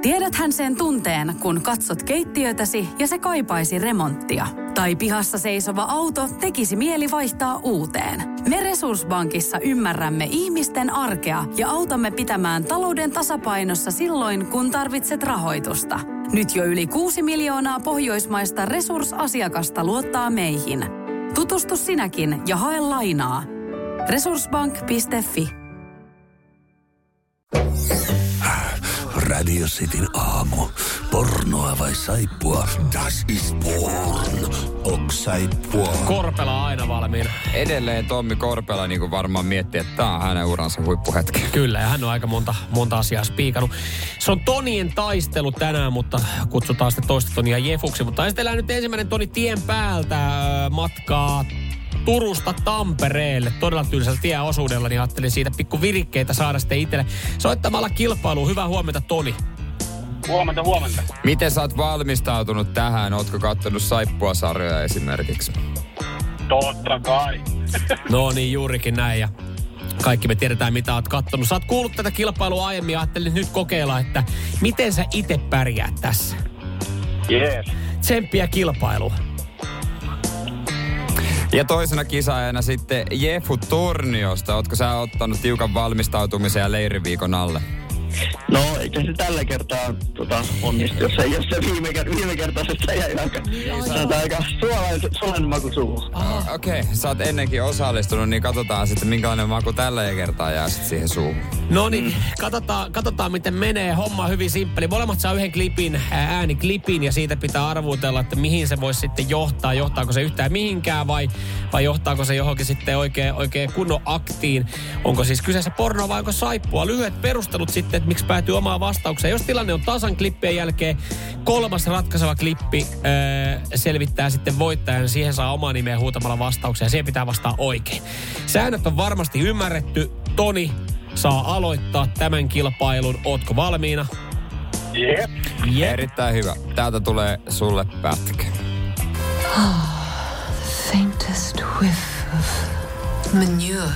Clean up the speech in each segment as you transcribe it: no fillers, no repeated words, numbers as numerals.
Tiedäthän sen tunteen, kun katsot keittiötäsi ja se kaipaisi remonttia. Tai pihassa seisova auto tekisi mieli vaihtaa uuteen. Me Resurssbankissa ymmärrämme ihmisten arkea ja autamme pitämään talouden tasapainossa silloin, kun tarvitset rahoitusta. Nyt jo yli 6 miljoonaa pohjoismaista resursasiakasta luottaa meihin. Tutustu sinäkin ja hae lainaa. Resurssbank.fi. Radio Cityn aamu. Pornoa vai saippua? Das ist porn. Ok saippua. Korpela aina valmiina. Edelleen Tommi Korpela niin kuin varmaan miettii, että tämä on hänen uransa huippuhetki. Kyllä, ja hän on aika monta asiaa spiikannut. Se on Tonien taistelu tänään, mutta kutsutaan sitten toista Tonia Jefuksi. Mutta esitellään nyt ensimmäinen Toni tien päältä matkaa Turusta Tampereelle. Todella tylsällä tieosuudella, niin ajattelin siitä pikku virikkeitä saada sitten itselle. Soittamalla kilpailuun. Hyvää huomenta, Toni. Huomenta. Miten sä oot valmistautunut tähän? Ootko kattonut saippua-sarjoja esimerkiksi? Totta kai. No niin, juurikin näin. Ja kaikki me tiedetään, mitä oot kattonut. Sä oot kuullut tätä kilpailua aiemmin ja ajattelin nyt kokeilla, että miten sä itse pärjäät tässä. Jees. Tsemppiä kilpailua. Ja toisena kisaajana sitten Jefu Torniosta. Ootko sä ottanut tiukan valmistautumisen ja leiriviikon alle? No, eikä se tällä kertaa onnistu, jos ei ole se viime kertaisesta jäi aika suolainen maku suuhun. Okei, sä oot ennenkin osallistunut, niin katsotaan sitten minkälainen maku tällä kertaa jää sitten siihen suuhun. No niin, katsotaan miten menee. Homma on hyvin simppeli. Molemmat saa yhden ääniklipin ja siitä pitää arvuutella, että mihin se voisi sitten johtaa. Johtaako se yhtään mihinkään vai johtaako se johonkin sitten oikein kunnon aktiin. Onko siis kyseessä porno vai onko saippua? Lyhyet perustelut sitten, että miksi päätyy omaan vastaukseen. Jos tilanne on tasan klippien jälkeen, kolmas ratkaiseva klippi selvittää sitten voittajan. Siihen saa omaa nimeä huutamalla vastauksia ja siihen pitää vastaa oikein. Säännöt on varmasti ymmärretty. Toni saa aloittaa tämän kilpailun. Ootko valmiina? Jep. Erittäin hyvä. Täältä tulee sulle pätkä. Faintest whiff of manure.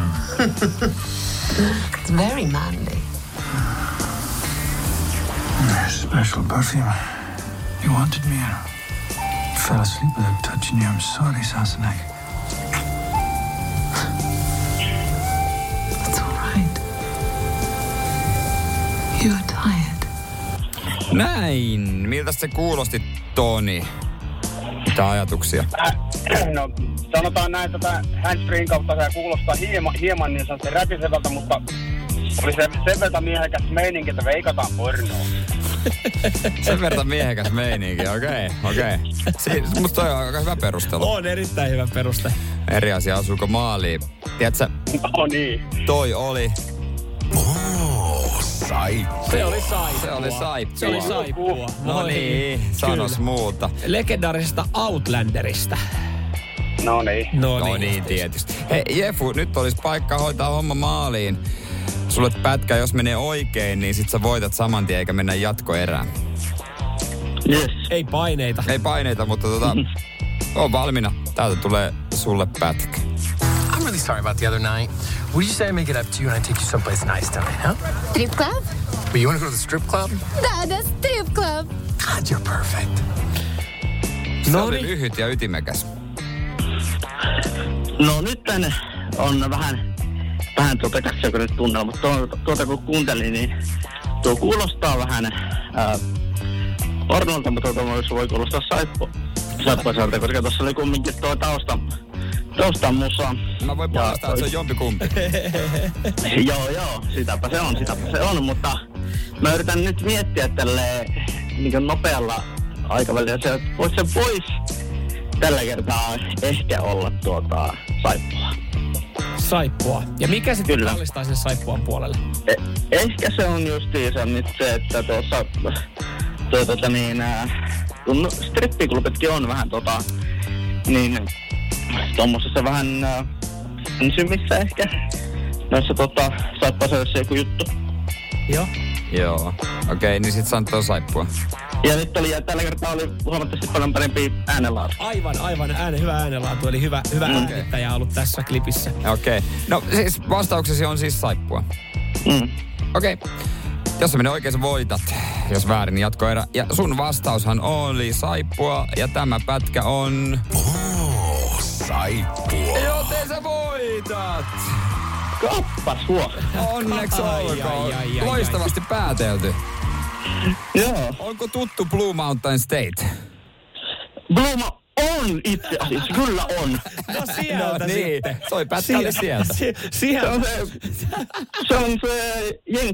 It's very manly. Special perfume. You wanted me and fell asleep without touching you. I'm sorry, Sassenegg. It's all right. You're tired. Näin. Miltä se kuulosti, Toni? Mitä ajatuksia? No, sanotaan näin, että handsfreen kautta se kuulostaa hieman niin sanotusti rätisevältä, mutta oli se sen verran miehekäs meininki, että veikataan pornoa. Sen verran miehekäs meininki, okei. Musta toi on aika hyvä perustelu. On erittäin hyvä peruste. Eri asia, asuuko maaliin. Tiedätkö, No niin. toi oli... Saippua. Se oli saippua. Se oli saippua. No niin, sanos muuta. Legendaarisesta Outlanderista. No niin. No niin, tietysti. Hei Jefu, nyt olisi paikka hoitaa homma maaliin. Sulle pätkä, jos menee oikein, niin sit sä voitat saman tien eikä mennä jatkoerään. Yes. Ei paineita. Ei paineita, mutta on valmiina. Täältä tulee sulle pätkä. I'm really sorry about the other night. Would you say I make it up to you and I take you someplace nice tonight, huh? Strip club? But you want to go to the strip club? The strip club. God, you're perfect. Se oli lyhyt ja ytimekäs. No nyt tänne on vähän käsiäkö nyt tunnella, mutta tuota kun kuuntelin, niin tuo kuulostaa vähän pornolta, mutta se voi kuulostaa saippuaselta, koska tuossa oli kumminkin tuo taustan musa. Mä voin palastaa, että se on jompikumpi. Joo, sitäpä se on, mutta mä yritän nyt miettiä tälleen niin nopealla aikavälillä, että se voisi tällä kertaa ehkä olla Saippua. Ja mikä sitten kallistaa sen saippuan puolelle? Ehkä se on justiinsa nyt se, että tuossa kun strippiklubitkin on vähän niin tommosessa vähän symissä ehkä. Noissa saippuaseudessa joku juttu. Joo. Okei, niin sit sanoo saippua. Ja nyt tällä kertaa oli huomattavasti paljon parempi äänenlaatu. Aivan hyvä äänenlaatu, eli hyvä äänittäjä ollut tässä klipissä. Okei. No siis vastauksesi on siis saippua. Okei. Jos se menee oikein, sä voitat. Jos väärin, niin jatkoerä. Ja sun vastaushan oli saippua, ja tämä pätkä on... Saippua. Joten sä voitat! Kappas huo. Onneksi olkoon. Loistavasti päätelty. Joo. Onko tuttu Blue Mountain State? Bluma on itse asiassa, kyllä on. No sieltä sitten. Toi pätkä oli sieltä. Se on se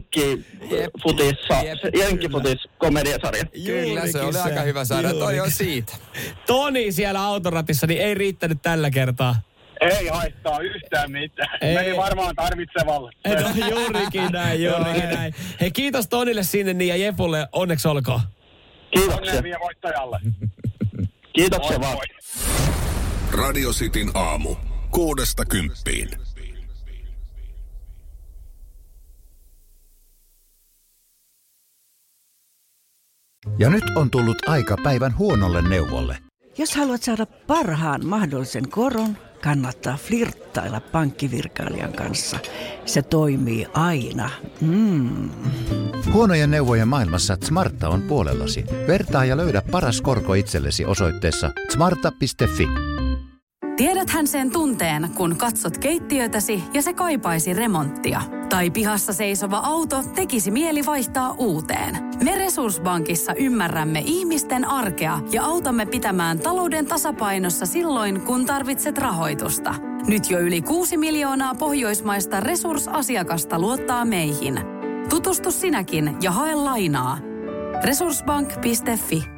Jenkkifutis komediasarja. Kyllä, se oli aika hyvä sarja. Toi on siitä. Toni siellä autoratissa, niin ei riittänyt tällä kertaa. Ei haittaa yhtään mitään. Meni varmaan tarvitsevalle. No juurikin näin. Hei, kiitos Tonille sinne niin ja Jefulle onneksi olkoon. Kiitoksia. Onnea voittajalle. Kiitoksia vaan. Radio Cityn aamu. 6–10. Ja nyt on tullut aika päivän huonolle neuvolle. Jos haluat saada parhaan mahdollisen koron, kannattaa flirttailla pankkivirkailijan kanssa. Se toimii aina. Huonojen neuvojen maailmassa Smarta on puolellasi. Vertaa ja löydä paras korko itsellesi osoitteessa smarta.fi. Tiedäthän sen tunteen, kun katsot keittiötäsi ja se kaipaisi remonttia. Tai pihassa seisova auto tekisi mieli vaihtaa uuteen. Me Resurssbankissa ymmärrämme ihmisten arkea ja autamme pitämään talouden tasapainossa silloin, kun tarvitset rahoitusta. Nyt jo yli 6 miljoonaa pohjoismaista Resurss-asiakasta luottaa meihin. Tutustu sinäkin ja hae lainaa. Resurssbank.fi.